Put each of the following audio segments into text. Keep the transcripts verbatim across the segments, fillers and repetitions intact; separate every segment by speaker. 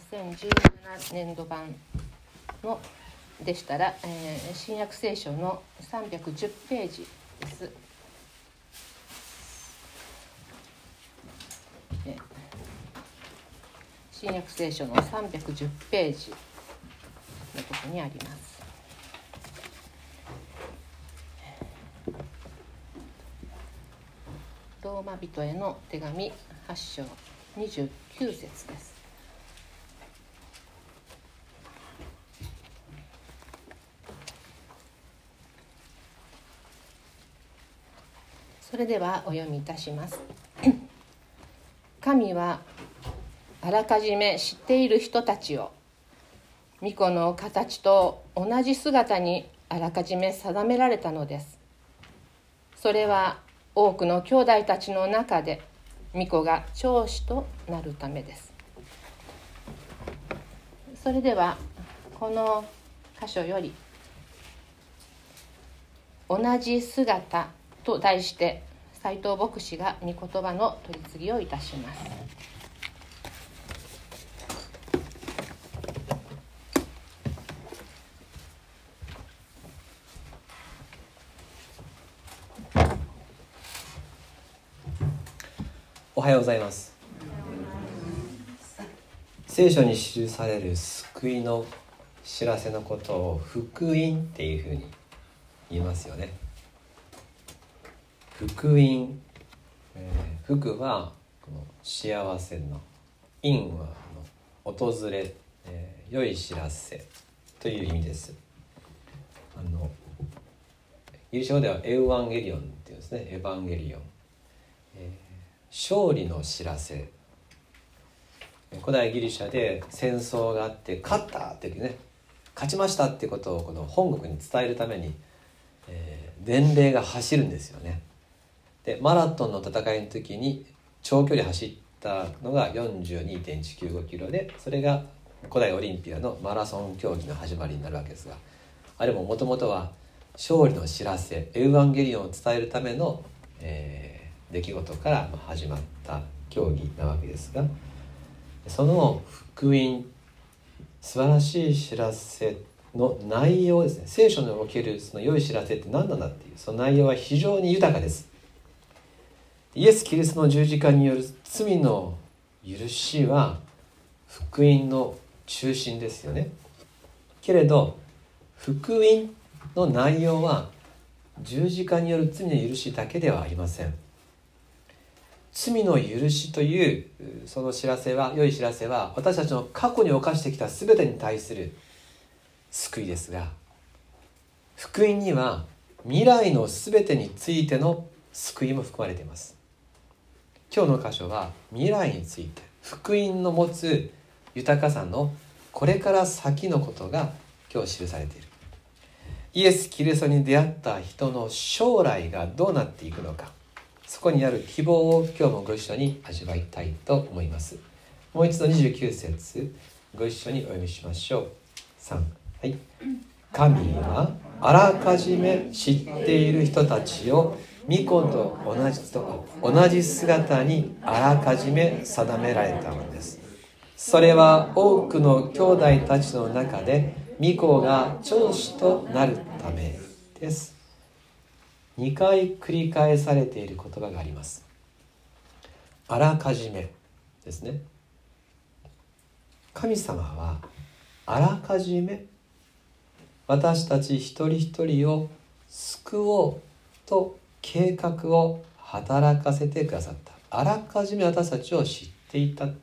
Speaker 1: せんじゅうななねんど版のでしたら、えー、新約聖書のさんびゃくじゅうページです。えー、新約聖書のさんびゃくじゅうページのところにあります。ローマ人への手紙はち章にじゅうきゅう節です。それではお読みいたします。神はあらかじめ知っている人たちを御子の形と同じ姿にあらかじめ定められたのです。それは多くの兄弟たちの中で御子が長子となるためです。それではこの箇所より同じ姿と題して斉藤牧師が御言葉の取り次ぎをいたします。
Speaker 2: おはようございます。聖書に記される救いの知らせのことを福音っていうふうに言いますよね。福音、えー、福はこの幸せの、因はの訪れ、えー、良い知らせという意味です。あのギリシャ語ではエウアンゲリオンっていうんですね。エヴァンゲリオン、えー勝利の知らせ。古代ギリシャで戦争があって勝ったっていうね、勝ちましたっていうことをこの本国に伝えるために、えー、伝令が走るんですよね。でマラトンの戦いの時に長距離走ったのが よんじゅうにてんいちきゅうごキロで、それが古代オリンピアのマラソン競技の始まりになるわけですが、あれももともとは勝利の知らせ、エウアンゲリオンを伝えるための、えー出来事から始まった競技なわけですが、その福音、素晴らしい知らせの内容ですね。聖書におけるその良い知らせって何なんだっていう、その内容は非常に豊かです。イエス・キリストの十字架による罪の許しは福音の中心ですよね。けれど福音の内容は十字架による罪の許しだけではありません。罪の許しというその知らせは、良い知らせは私たちの過去に犯してきた全てに対する救いですが、福音には未来の全てについての救いも含まれています。今日の箇所は未来について、福音の持つ豊かさのこれから先のことが今日記されている。イエス・キリストに出会った人の将来がどうなっていくのか、そこにある希望を今日もご一緒に味わいたいと思います。もう一度にじゅうきゅう節ご一緒にお読みしましょう。さん、はい。神はあらかじめ知っている人たちを御子と同じと同じ姿にあらかじめ定められたのです。それは多くの兄弟たちの中で御子が長子となるためです。にかい繰り返されている言葉があります。あらかじめですね。神様はあらかじめ私たち一人一人を救おうと計画を働かせてくださった。あらかじめ私たちを知っていた。例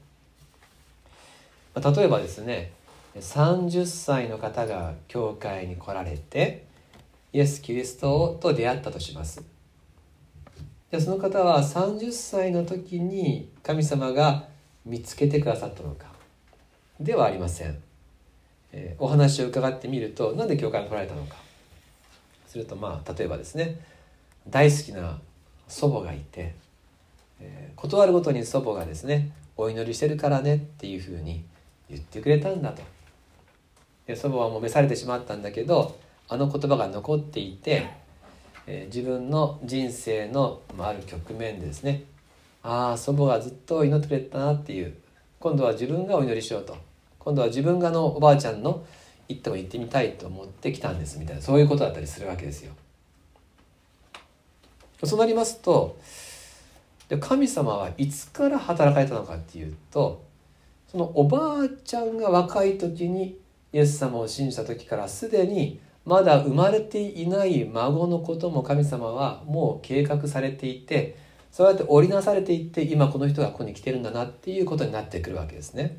Speaker 2: えばですね、さんじゅっさいの方が教会に来られてイエス・キリストと出会ったとします。でその方はさんじゅっさいの時に神様が見つけてくださったのかではありません。えー、お話を伺ってみると、なんで教会に来られたのかすると、まあ例えばですね、大好きな祖母がいて、えー、断るごとに祖母がですね、お祈りしてるからねっていうふうに言ってくれたんだと。で祖母はもう召されてしまったんだけど、あの言葉が残っていて、えー、自分の人生の、まあ、ある局面でですね、ああ祖母がずっと祈ってくれたなっていう、今度は自分がお祈りしようと、 今度は自分がのおばあちゃんの行っても行ってみたいと思ってきたんですみたいな、そういうことだったりするわけですよ。そうなりますと、神様はいつから働かれたのかっていうと、そのおばあちゃんが若い時にイエス様を信じた時からすでにまだ生まれていない孫のことも神様はもう計画されていて、そうやって織りなされていって、今この人がここに来てるんだなっていうことになってくるわけですね。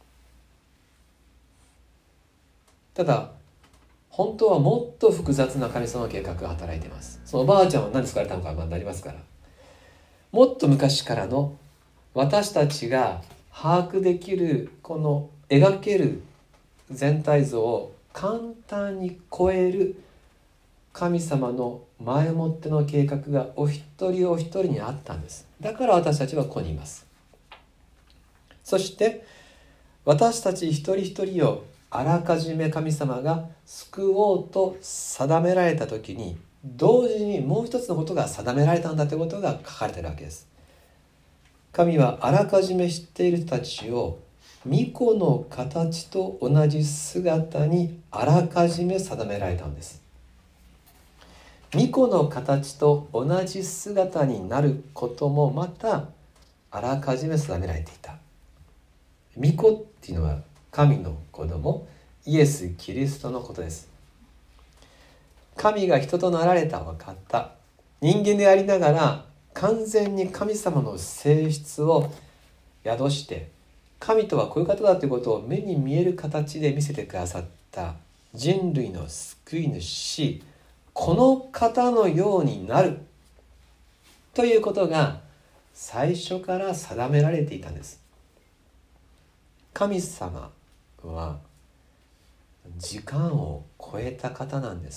Speaker 2: ただ本当はもっと複雑な神様の計画が働いています。そのおばあちゃんは何で救われたのかまあなりますから、もっと昔からの私たちが把握できるこの描ける全体像を簡単に超える神様の前もっての計画がお一人お一人にあったんです。だから私たちはここにいます。そして私たち一人一人をあらかじめ神様が救おうと定められた時に、同時にもう一つのことが定められたんだということが書かれているわけです。神はあらかじめ知っている人たちを御子の形と同じ姿にあらかじめ定められたんです。御子の形と同じ姿になることもまたあらかじめ定められていた。御子っていうのは神の子供イエス・キリストのことです。神が人となられた分かった人間でありながら完全に神様の性質を宿して、神とはこういう方だということを目に見える形で見せてくださった人類の救い主、この方のようになるということが最初から定められていたんです。神様は時間を超えた方なんです。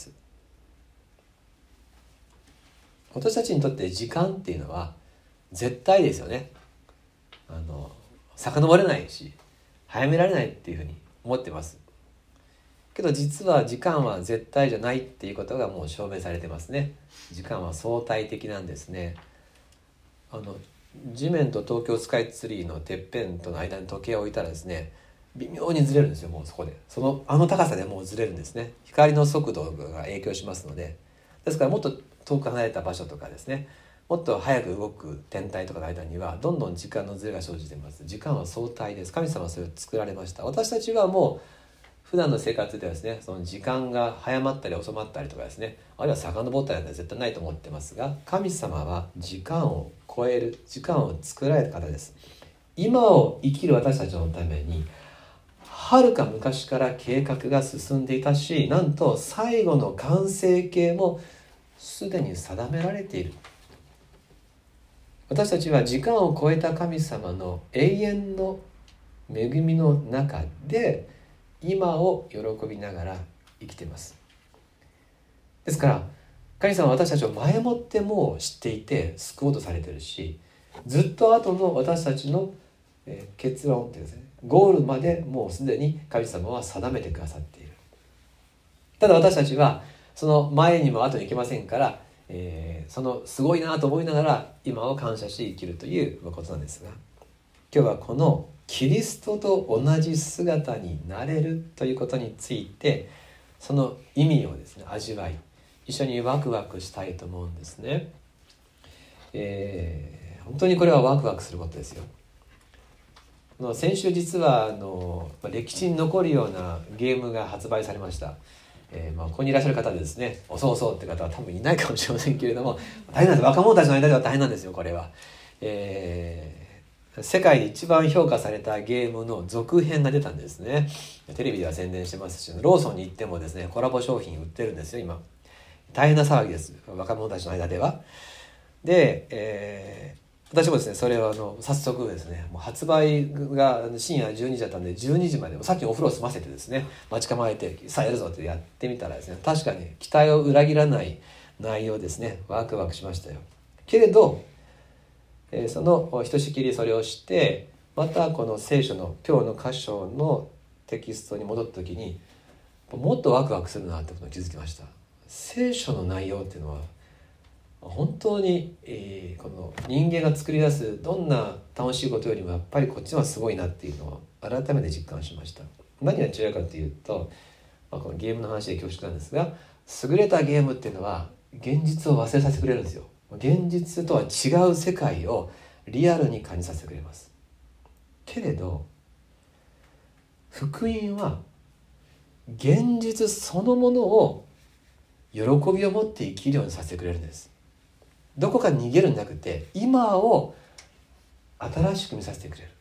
Speaker 2: 私たちにとって時間っていうのは絶対ですよね。あの遡れないし早められないっていうふうに思ってますけど、実は時間は絶対じゃないっていうことがもう証明されてますね。時間は相対的なんですね。あの地面と東京スカイツリーのてっぺんとの間に時計を置いたらですね、微妙にずれるんですよ。もうそこでそのあの高さでもうずれるんですね。光の速度が影響しますので、ですからもっと遠く離れた場所とかですね、もっと早く動く天体とかの間にはどんどん時間のずれが生じています。時間は相対です。神様はそれを作られました。私たちはもう普段の生活ではですね、その時間が早まったり遅まったりとかですね、あるいは遡ったりは絶対ないと思ってますが、神様は時間を超える、時間を作られた方です。今を生きる私たちのためにはるか昔から計画が進んでいたし、なんと最後の完成形もすでに定められている。私たちは時間を超えた神様の永遠の恵みの中で今を喜びながら生きています。ですから神様は私たちを前もってもう知っていて救おうとされているし、ずっと後の私たちの結論ってですね、ゴールまでもうすでに神様は定めてくださっている。ただ私たちはその前にも後に行けませんから、えー、そのすごいなと思いながら今を感謝して生きるということなんですが、今日はこのキリストと同じ姿になれるということについて、その意味をですね味わい、一緒にワクワクしたいと思うんですね。えー、本当にこれはワクワクすることですよ。先週実はあの歴史に残るようなゲームが発売されました。えーまあ、ここにいらっしゃる方でですね、遅そうって方は多分いないかもしれませんけれども、大変なんです。若者たちの間では大変なんですよこれは。えー、世界で一番評価されたゲームの続編が出たんですね。テレビでは宣伝してますし、ローソンに行ってもですねコラボ商品売ってるんですよ今。大変な騒ぎです、若者たちの間では。で、えー私もですねそれをあの早速ですね、もう発売が深夜じゅうにじだったんでじゅうにじまでさっきお風呂を済ませてですね待ち構えてさあやるぞってやってみたらですね、確かに期待を裏切らない内容ですね。ワクワクしましたよ。けれど、えー、そのひとしきりそれをしてまたこの聖書の今日の箇所のテキストに戻った時にもっとワクワクするなってことに気づきました。聖書の内容っていうのは本当に、えー、この人間が作り出すどんな楽しいことよりもやっぱりこっちはすごいなっていうのを改めて実感しました。何が違うかというと、まあ、このゲームの話で恐縮なんですが、優れたゲームっていうのは現実を忘れさせてくれるんですよ。現実とは違う世界をリアルに感じさせてくれます。けれど福音は現実そのものを喜びを持って生きるようにさせてくれるんです。どこかに逃げるんじゃなくて、今を新しく見させてくれる。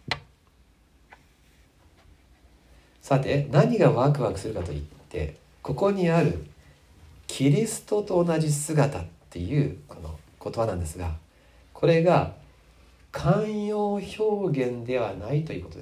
Speaker 2: さて、何がワクワクするかといって、ここにあるキリストと同じ姿っていうこの言葉なんですが、これが慣用表現ではないということです。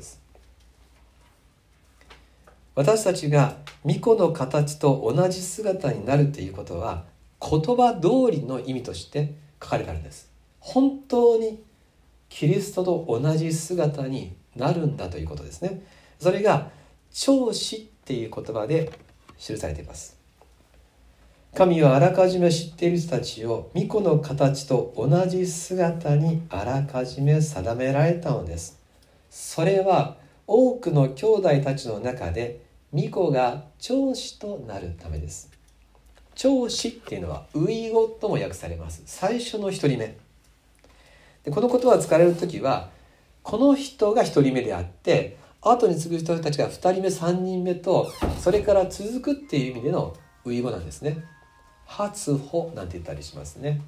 Speaker 2: 私たちが御子の形と同じ姿になるということは、言葉通りの意味として書かれてあるんです。本当にキリストと同じ姿になるんだということですね。それが長子っていう言葉で記されています。神はあらかじめ知っている人たちを御子の形と同じ姿にあらかじめ定められたのです。それは多くの兄弟たちの中で御子が長子となるためです。長子っていうのは初子とも訳されます。最初の一人目で、この言葉が使われるときは、この人が一人目であって、後に継ぐ人たちが二人目三人目と、それから続くっていう意味での初子なんですね。初歩なんて言ったりしますね。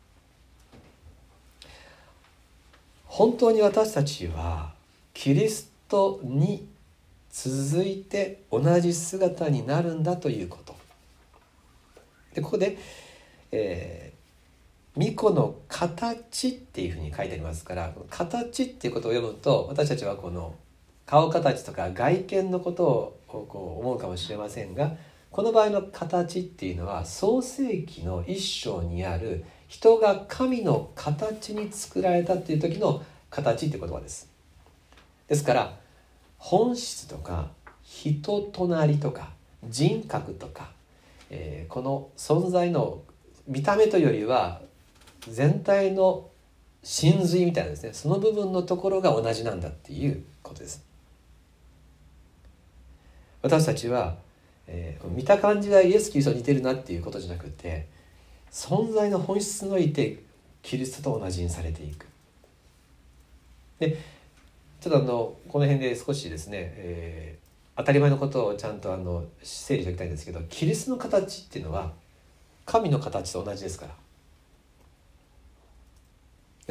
Speaker 2: 本当に私たちはキリストに続いて同じ姿になるんだということで、ここで、えー、御子の形っていうふうに書いてありますから、形っていうことを読むと、私たちはこの顔形とか外見のことをこう思うかもしれませんが、この場合の形っていうのは創世記の一章にある人が神の形に作られたっていう時の形っていう言葉です。ですから本質とか人となりとか人格とか、えー、この存在の見た目というよりは全体の真髄みたいなですね、その部分のところが同じなんだっていうことです。私たちはえー、見た感じがイエス・キリストに似てるなっていうことじゃなくて、存在の本質においてキリストと同じにされていく。でちょっとあのこの辺で少しですね、えー、当たり前のことをちゃんとあの整理しておきたいんですけど、キリストの形っていうのは神の形と同じですから。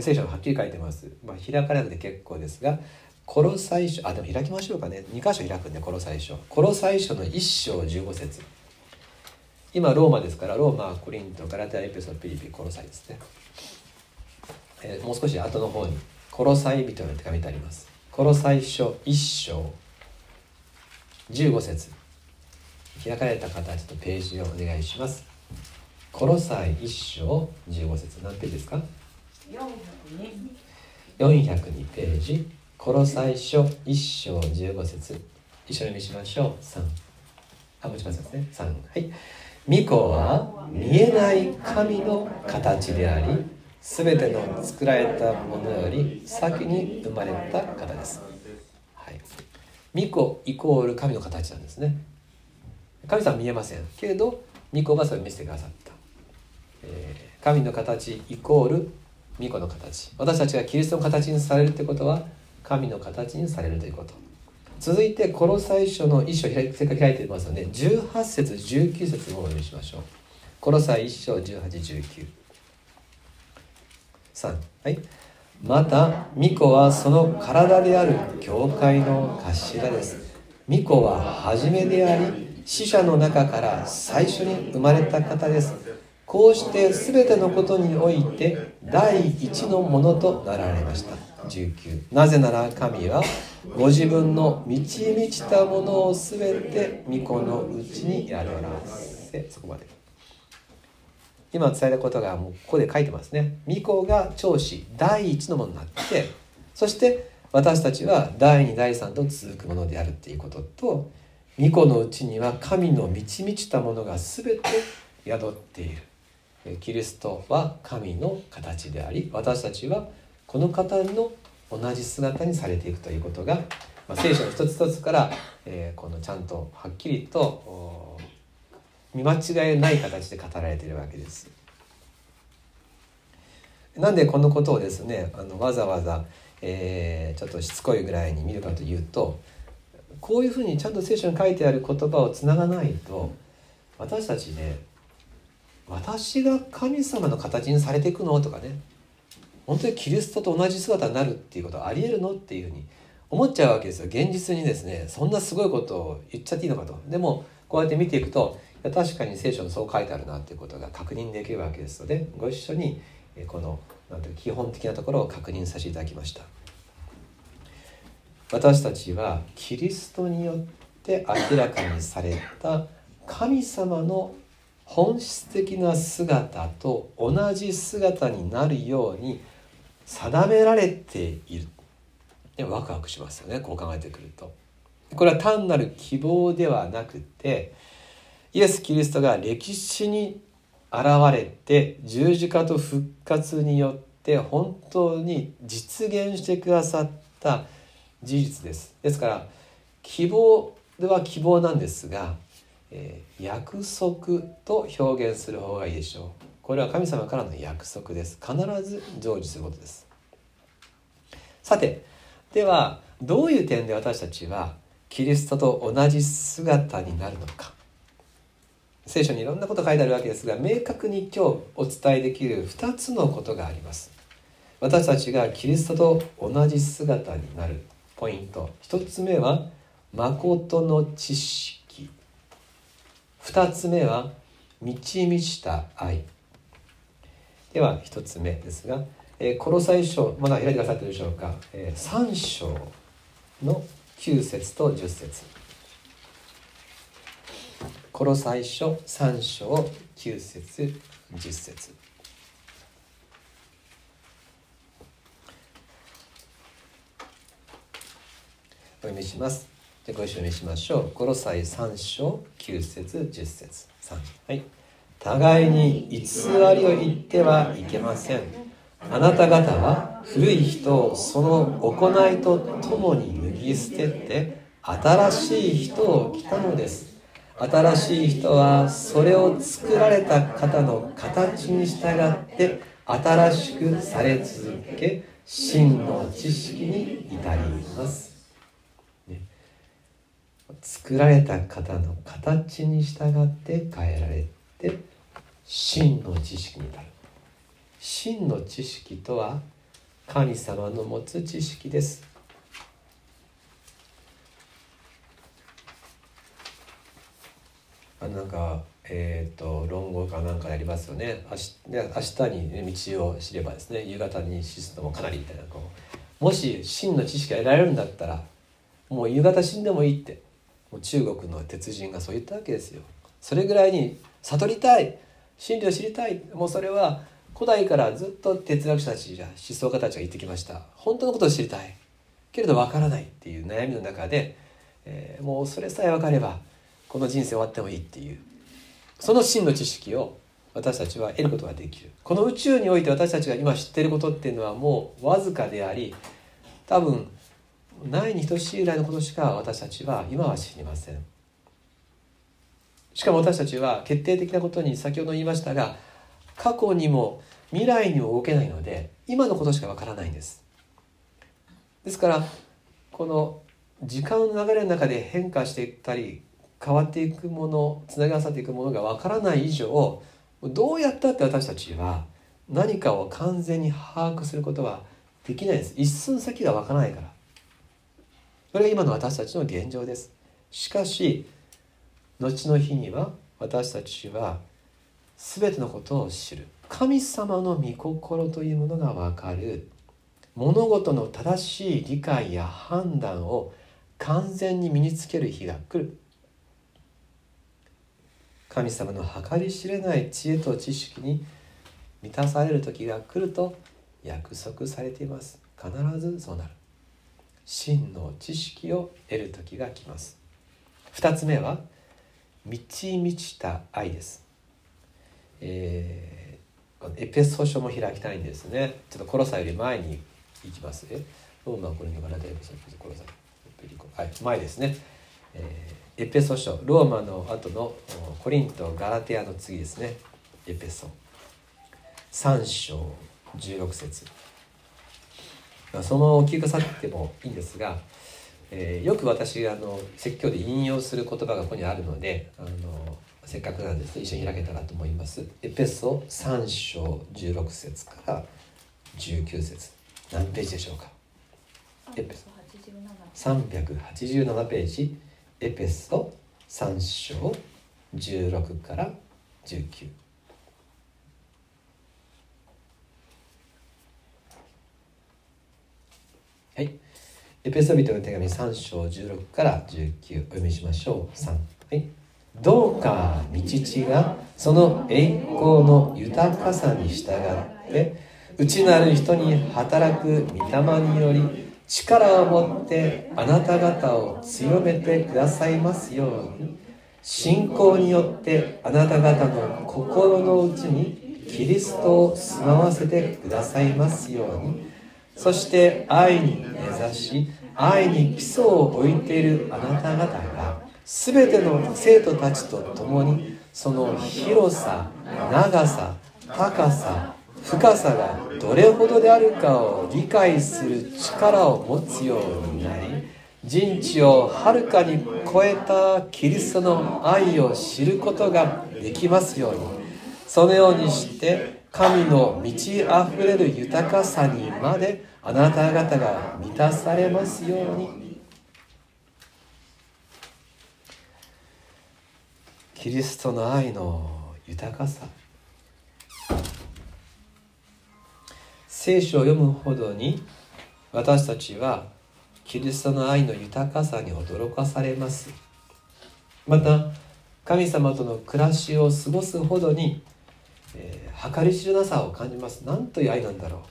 Speaker 2: 聖書ははっきり書いてます。まあ、開かなくて結構ですが、コロサイ書、あでも開きましょうかね。に箇所開くんで、コロサイ書コロサイ書のいっ章じゅうご節、今ローマですから、ローマ、コリント、ガラテヤ、エペソ、ピリピ、コロサイですね。えー、もう少し後の方にコロサイ人の手紙とあります。コロサイ書いっ章じゅうご節、開かれた方、ちょっとページをお願いします。コロサイいっ章じゅうご節、何ページですか？
Speaker 3: よんひゃくに。
Speaker 2: よんひゃくにページ、コロサイ書いっ章じゅうご節、一緒に見しましょう。さん、あ、もちろんですね。さん、はい。御子は見えない神の形であり、すべての作られたものより先に生まれた方です。はい。御子イコール神の形なんですね。神様は見えませんけれど、御子はそれを見せてくださった。えー、神の形イコール御子の形。私たちがキリストの形にされるということは、神の形にされるということ。続いてコロサイ書の一章、せっかく開いてますので、じゅうはち節じゅうきゅう節をお読みしましょう。コロサイいっ章じゅうはち、じゅうきゅう。さん、はい。また御子はその体である教会の頭です。御子は初めであり、死者の中から最初に生まれた方です。こうしてすべてのことにおいて第一のものとなられました。じゅうきゅう、なぜなら神はご自分の満ち満ちたものをすべて御子のうちに宿らせ、そこまで。今伝えたことがもうここで書いてますね。御子が長子第一のものになって、そして私たちは第二第三と続くものであるっていうことと、御子のうちには神の満ち満ちたものがすべて宿っている。キリストは神の形であり、私たちはこの方の同じ姿にされていくということがまあ、聖書の一つ一つから、えー、このちゃんとはっきりと見間違いない形で語られているわけです。なんでこのことをですねあのわざわざ、えー、ちょっとしつこいぐらいに見るかというと、こういうふうにちゃんと聖書に書いてある言葉をつながないと、私たちね、私が神様の形にされていくのとかね、本当にキリストと同じ姿になるっていうことはありえるのっていうふうに思っちゃうわけですよ。現実にですね、そんなすごいことを言っちゃっていいのかと。でもこうやって見ていくと、確かに聖書にそう書いてあるなっていうことが確認できるわけですので、ご一緒にこのなんていう基本的なところを確認させていただきました。私たちはキリストによって明らかにされた神様の本質的な姿と同じ姿になるように定められている。でワクワクしますよね、こう考えてくると。これは単なる希望ではなくて、イエス・キリストが歴史に現れて十字架と復活によって本当に実現してくださった事実です。ですから希望では希望なんですが、えー、約束と表現する方がいいでしょう。これは神様からの約束です。必ず成就することです。さて、ではどういう点で私たちはキリストと同じ姿になるのか。聖書にいろんなこと書いてあるわけですが、明確に今日お伝えできるふたつのことがあります。私たちがキリストと同じ姿になるポイント。ひとつめは誠の知識。ふたつめは満ち満ちた愛。ではひとつめですが、えー、コロサイ書、まだ開いてくださっているでしょうか、えー、さん章のきゅう節とじゅっ節。コロサイ書さん章きゅう節じゅっ節。お読みします。でご一緒にしましょう。コロサイさん章きゅう節じゅっ節。さん、はい。互いに偽りを言ってはいけません。あなた方は古い人をその行いとともに脱ぎ捨てて新しい人を着たのです。新しい人はそれを作られた方の形に従って新しくされ続け、真の知識に至ります、ね、作られた方の形に従って変えられて真の知識に至る。真の知識とは神様の持つ知識です。あなんかえー、と論語かなんかやりますよね。明日、明日に、ね、道を知ればですね、夕方に死すのもかなりみたいな、こうもし真の知識が得られるんだったらもう夕方死んでもいいって、もう中国の鉄人がそう言ったわけですよ。それぐらいに悟りたい、真理を知りたい。もうそれは古代からずっと哲学者たちや思想家たちが言ってきました。本当のことを知りたいけれど分からないっていう悩みの中で、えー、もうそれさえ分かればこの人生終わってもいいっていう、その真の知識を私たちは得ることができる。この宇宙において私たちが今知っていることっていうのはもうわずかであり、多分ないに等しいぐらいのことしか私たちは今は知りません。しかも私たちは決定的なことに先ほど言いましたが、過去にも未来にも動けないので今のことしかわからないんです。ですからこの時間の流れの中で変化していったり変わっていくもの、つなぎ合わさっていくものがわからない以上、どうやったって私たちは何かを完全に把握することはできないです。一寸先がわからないから。それが今の私たちの現状です。しかし後の日には私たちは全てのことを知る、神様の御心というものがわかる、物事の正しい理解や判断を完全に身につける日が来る。神様の計り知れない知恵と知識に満たされる時が来ると約束されています。必ずそうなる。真の知識を得る時が来ます。二つ目は満ち満ちた愛です。えー、エペソ書も開きたいんですね。ちょっとコロサより前に行きますね。ローマはこれにからでコロサはい、前ですね、えー、エペソ書、ローマの後のコリント、ガラテアの次ですね。エペソさん章じゅうろく節、その置きくさってもいいんですが、えー、よく私があの説教で引用する言葉がここにあるので、あのせっかくなんですね、一緒に開けたらと思います。エペソさん章じゅうろく節からじゅうきゅう節、何ページでしょうか。エペソさんびゃくはちじゅうななページ、エペソさん章じゅうろくからじゅうきゅう。はい、エペソビトの手紙さん章じゅうろくからじゅうきゅう、お読みしましょう。さん、はい、どうか御父がその栄光の豊かさに従って内なる人に働く御霊により力を持ってあなた方を強めてくださいますように、信仰によってあなた方の心の内にキリストを住まわせてくださいますように、そして愛に根ざし愛に基礎を置いているあなた方がすべての生徒たちと共にその広さ、長さ、高さ、深さがどれほどであるかを理解する力を持つようになり、人知をはるかに超えたキリストの愛を知ることができますように、そのようにして神の満ちあふれる豊かさにまであなた方が満たされますように。キリストの愛の豊かさ、聖書を読むほどに私たちはキリストの愛の豊かさに驚かされます。また神様との暮らしを過ごすほどに、えー、計り知れなさを感じます。なんという愛なんだろう。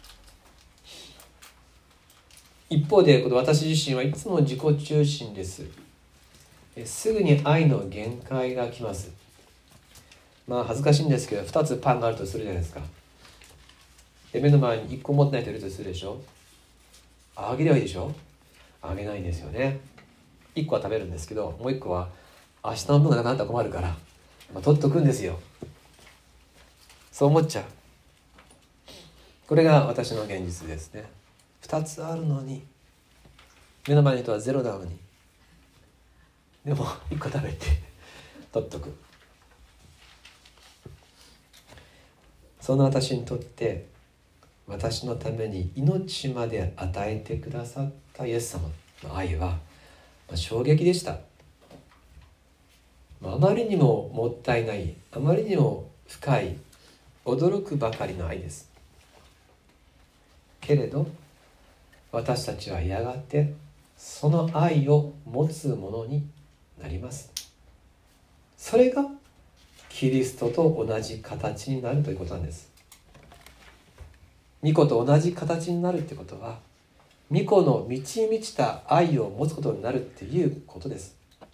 Speaker 2: 一方でこの私自身はいつも自己中心です。えー、すぐに愛の限界が来ます。まあ恥ずかしいんですけど、ふたつパンがあるとするじゃないですか。で目の前にいっこ持ってない人いるとするでしょ。あげればいいでしょ。あげないんですよね。いっこは食べるんですけど、もういっこは明日の分がなくなったら困るから、まあ、取っとくんですよ。そう思っちゃう。これが私の現実ですね。ふたつあるのに、目の前の人はゼロなのに、でもいっこ食べて取っとく。その私にとって私のために命まで与えてくださったイエス様の愛は、まあ、衝撃でした。まあ、あまりにももったいない、あまりにも深い、驚くばかりの愛です。けれど私たちはやがてその愛を持つものになります。それがキリストと同じ形になるということなんです。御子と同じ形になるってことは、御子の満ち満ちた愛を持つことになるっていうことです。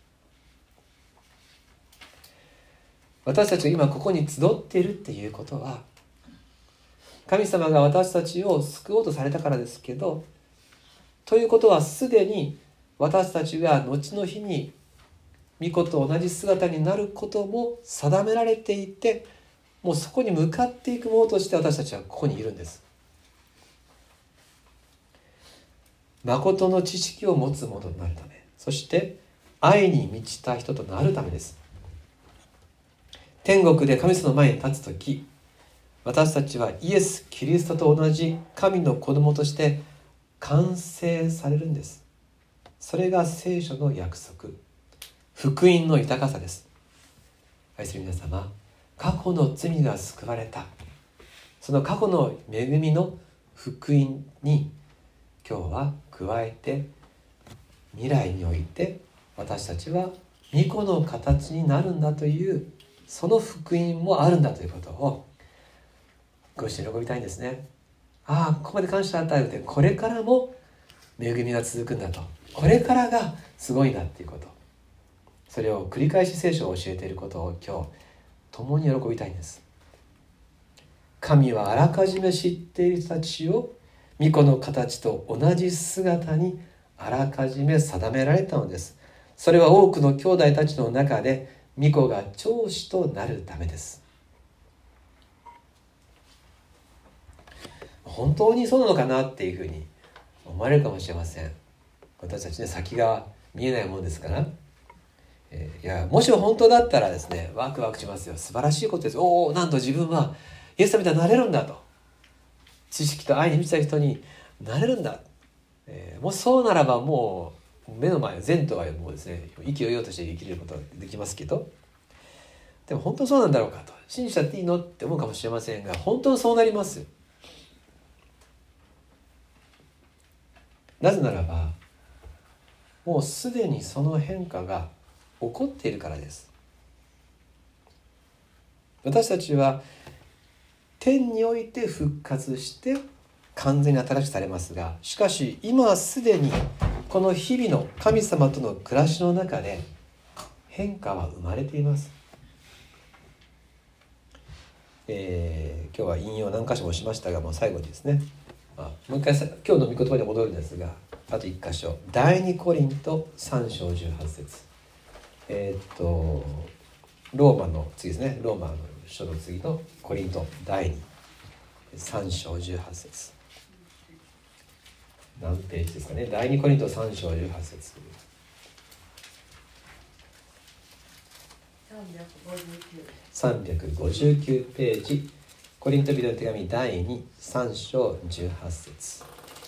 Speaker 2: 私たちが今ここに集っているっていうことは、神様が私たちを救おうとされたからですけど、ということはすでに私たちが後の日に御子と同じ姿になることも定められていて、もうそこに向かっていくものとして私たちはここにいるんです。誠の知識を持つものになるため、そして愛に満ちた人となるためです。天国で神様の前に立つとき、私たちはイエス・キリストと同じ神の子供として完成されるんです。それが聖書の約束、福音の豊かさです。愛する皆様、過去の罪が救われた、その過去の恵みの福音に今日は加えて、未来において私たちは御子の形になるんだという、その福音もあるんだということをご一緒に喜びたいんですね。ああ、ここまで感謝与えるって、これからも恵みが続くんだと、これからがすごいんだっていうこと、それを繰り返し聖書を教えていることを今日共に喜びたいんです。神はあらかじめ知っている人たちを御子の形と同じ姿にあらかじめ定められたのです。それは多くの兄弟たちの中で御子が長子となるためです。本当にそうなのかなっていうふうに思われるかもしれません。私たちね、先が見えないものですから、えー、いやもし本当だったらですね、ワクワクしますよ。素晴らしいことです。おお、なんと自分はイエス様みたいになれるんだと、知識と愛に満ちた人になれるんだ、えー、もしそうならばもう目の前前途はもうですね、意気揚々として生きることができますけど、でも本当そうなんだろうかと、信じちゃっていいのって思うかもしれませんが、本当にそうなります。なぜならばもうすでにその変化が起こっているからです。私たちは天において復活して完全に新しくされますが、しかし今すでにこの日々の神様との暮らしの中で変化は生まれています。えー、今日は引用何箇所もしましたが、もう最後にですね、まあ、もう一回今日の御言葉に戻るんですが、あと一箇所、第二コリントさん章じゅうはち節、えー、っとローマの次ですね、ローマの書の次のコリント第二さん章じゅうはち節、何ページですかね。第二コリントさん章じゅうはち節、さんびゃくごじゅうきゅうページ、コリント人の手紙第二さん章じゅうはち節。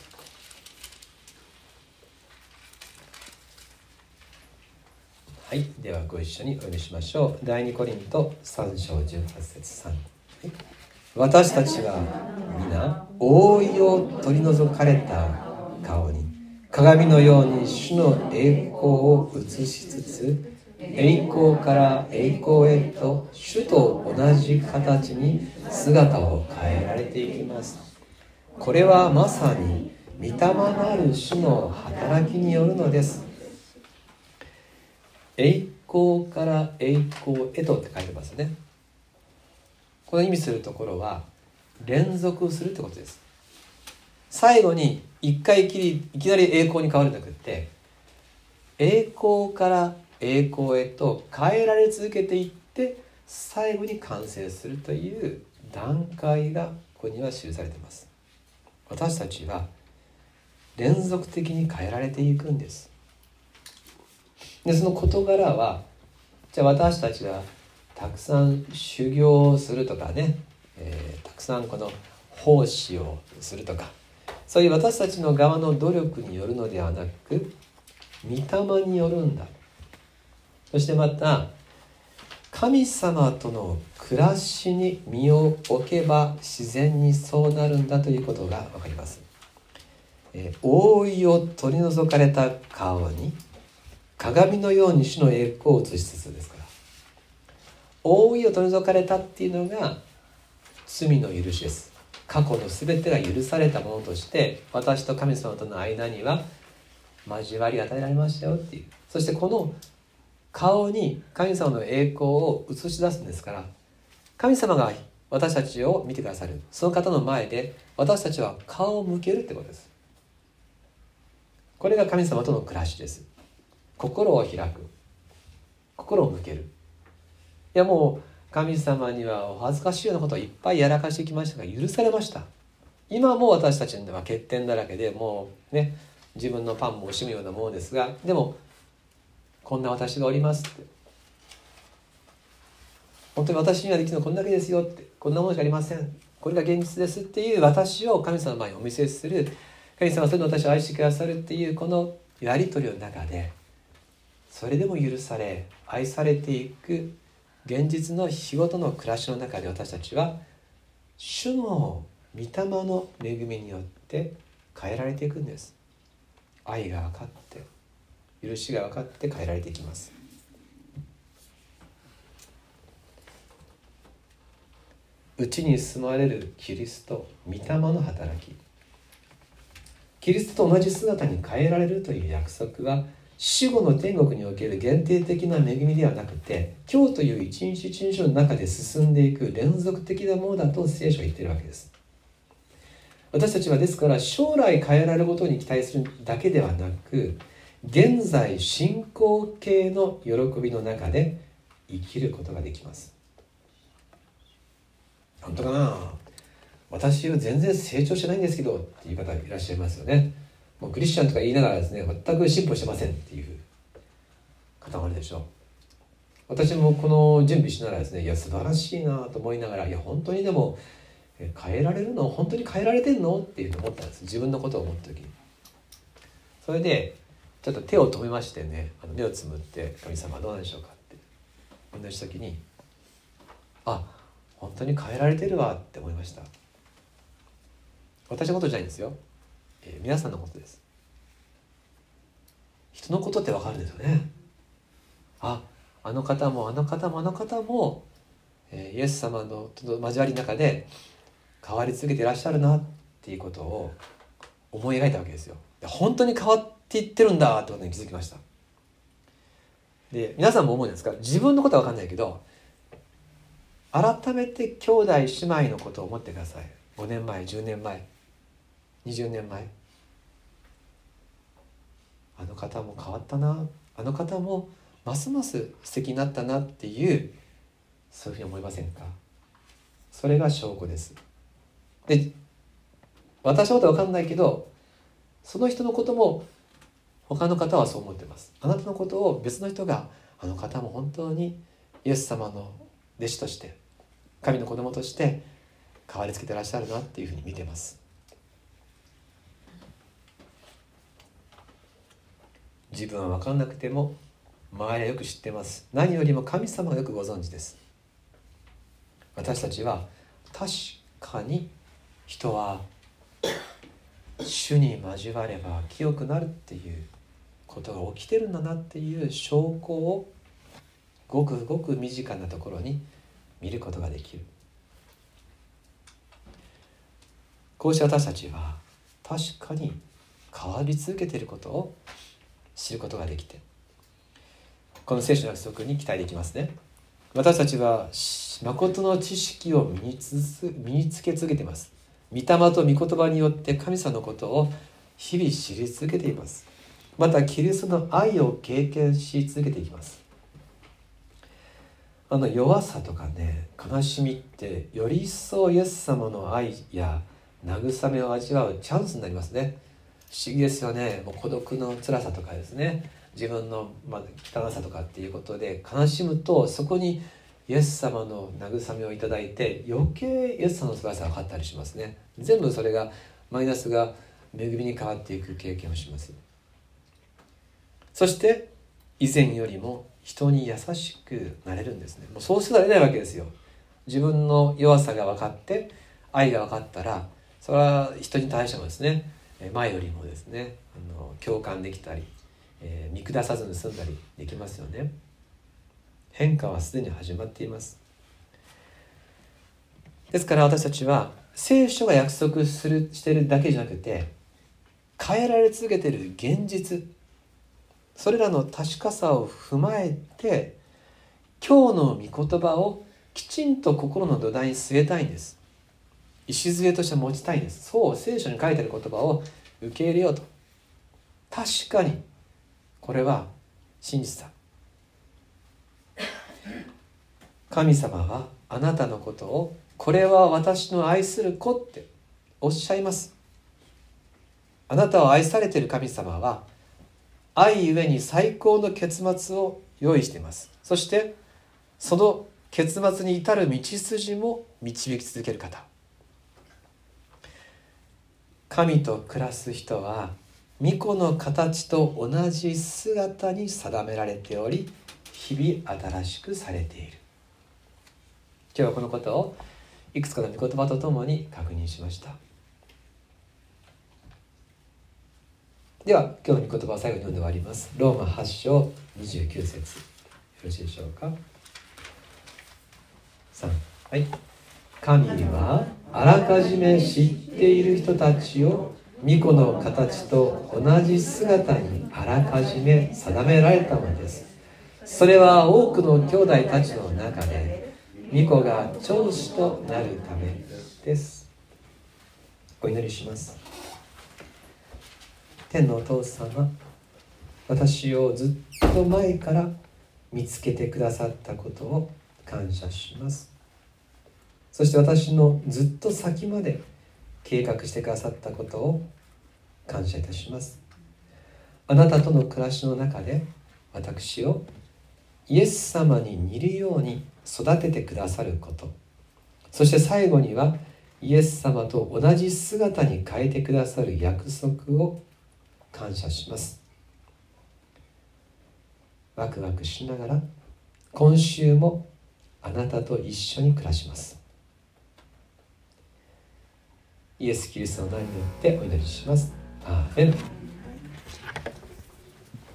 Speaker 2: はい、ではご一緒にお読みしましょう。第二コリントさん章じゅうはち節さん、はい、私たちは皆覆いを取り除かれた顔に鏡のように主の栄光を映しつつ、栄光から栄光へと主と同じ形に姿を変えられていきます。これはまさに御霊なる主の働きによるのです。栄光から栄光へとって書いてますね。この意味するところは連続するってことです。最後に一回きりいきなり栄光に変わるんじゃなくて、栄光から栄光へと変えられ続けていって最後に完成するという段階がここには記されています。私たちは連続的に変えられていくんです。でその事柄は、じゃあ私たちがたくさん修行をするとかね、えー、たくさんこの奉仕をするとか、そういう私たちの側の努力によるのではなく、御霊によるんだ。そしてまた神様との暮らしに身を置けば自然にそうなるんだということが分かります。えー、覆いを取り除かれた顔に鏡のように主の栄光を映しつつですから、覆いを取り除かれたっていうのが罪の許しです。過去の全てが許されたものとして私と神様との間には交わりが与えられましたよっていう、そしてこの顔に神様の栄光を映し出すんですから、神様が私たちを見てくださるその方の前で私たちは顔を向けるってことです。これが神様との暮らしです。心を開く、心を向ける。いやもう神様にはお恥ずかしいようなことをいっぱいやらかしてきましたが許されました。今も私たちには欠点だらけで、もうね自分のパンも惜しむようなものですが、でもこんな私がおりますって、本当に私にはできるのはこんだけですよって、こんなものしかありません、これが現実ですっていう私を神様の前にお見せする、神様はそれで私を愛してくださるっていうこのやり取りの中で、それでも許され愛されていく現実の日ごとの暮らしの中で、私たちは主の御霊の恵みによって変えられていくんです。愛が分かって許しが分かって変えられていきます。内に住まれるキリスト、御霊の働き、キリストと同じ姿に変えられるという約束は死後の天国における限定的な恵みではなくて、今日という一日一日の中で進んでいく連続的なものだと聖書は言っているわけです。 私たちはですから将来変えられることに期待するだけではなく、現在進行形の喜びの中で生きることができます。本当かな、私は全然成長してないんですけどっていう方いらっしゃいますよね。もうクリスチャンとか言いながらですね、全く進歩してませんっていう方もあるでしょう。私もこの準備しながらですね、いや素晴らしいなと思いながら、いや本当にでも変えられるの、本当に変えられてんのっていうのを思ったんです。自分のことを思った時に。それでちょっと手を止めましてね、あの目をつむって、神様どうなんでしょうかって同じ時に、あ、本当に変えられてるわって思いました。私のことじゃないんですよ、えー、皆さんのことです。人のことって分かるんですよね。あ、あの方もあの方もあの方も、えー、イエス様の交わりの中で変わり続けていらっしゃるなっていうことを思い描いたわけですよ。で本当に変わっていってるんだってことに気づきました。で皆さんも思うんですか、自分のことは分かんないけど、改めて兄弟姉妹のことを思ってください。ごねんまえ、じゅうねんまえ、にじゅうねんまえ、あの方も変わったな、あの方もますます素敵になったなっていう、そういうふうに思いませんか。それが証拠です。で私のことは分かんないけど、その人のことも他の方はそう思ってます。あなたのことを別の人が、あの方も本当にイエス様の弟子として、神の子供として変わりつけてらっしゃるなっていうふうに見てます。自分は分かんなくても周りはよく知ってます。何よりも神様がよくご存知です。私たちは確かに人は主に交われば清くなるっていうことが起きてるんだなっていう証拠をごくごく身近なところに見ることができる。こうして私たちは確かに変わり続けていることを知ることができて、この聖書の約束に期待できますね。私たちは誠の知識を身につ身につけ続けています。御霊と御言葉によって神様のことを日々知り続けています。またキリストの愛を経験し続けていきます。あの弱さとかね、悲しみってより一層イエス様の愛や慰めを味わうチャンスになりますね。不思議ですよね。もう孤独の辛さとかですね、自分のまあ汚さとかっていうことで悲しむと、そこにイエス様の慰めをいただいて余計イエス様の素晴らしさが分かったりしますね。全部それがマイナスが恵みに変わっていく経験をします。そして以前よりも人に優しくなれるんですね。もうそうせざるを得ないわけですよ。自分の弱さが分かって愛が分かったら、それは人に対してもですね、前よりもですね、あの共感できたり、えー、見下さずに済んだりできますよね。変化はすでに始まっています。ですから私たちは聖書が約束するしているだけじゃなくて、変えられ続けている現実、それらの確かさを踏まえて、今日の御言葉をきちんと心の土台に据えたいんです。礎として持ちたいんです。そう聖書に書いてある言葉を受け入れようと。確かにこれは真実だ。神様はあなたのことを、これは私の愛する子っておっしゃいます。あなたを愛されている神様は愛ゆえに最高の結末を用意しています。そしてその結末に至る道筋も導き続ける方。神と暮らす人は御子の形と同じ姿に定められており、日々新しくされている。今日はこのことをいくつかの御言葉とともに確認しました。では今日の御言葉を最後に読んで終わります。ローマはち章にじゅうきゅう節、よろしいでしょうか。さん、はい。神はあらかじめ知っている人たちを御子の形と同じ姿にあらかじめ定められたのです。それは多くの兄弟たちの中で御子が長子となるためです。ごお祈りします。天のお父様、私をずっと前から見つけてくださったことを感謝します。そして私のずっと先まで計画してくださったことを感謝いたします。あなたとの暮らしの中で私をイエス様に似るように育ててくださること、そして最後にはイエス様と同じ姿に変えてくださる約束を感謝します。ワクワクしながら今週もあなたと一緒に暮らします。イエス・キリストの名によってお祈りします。アーメン。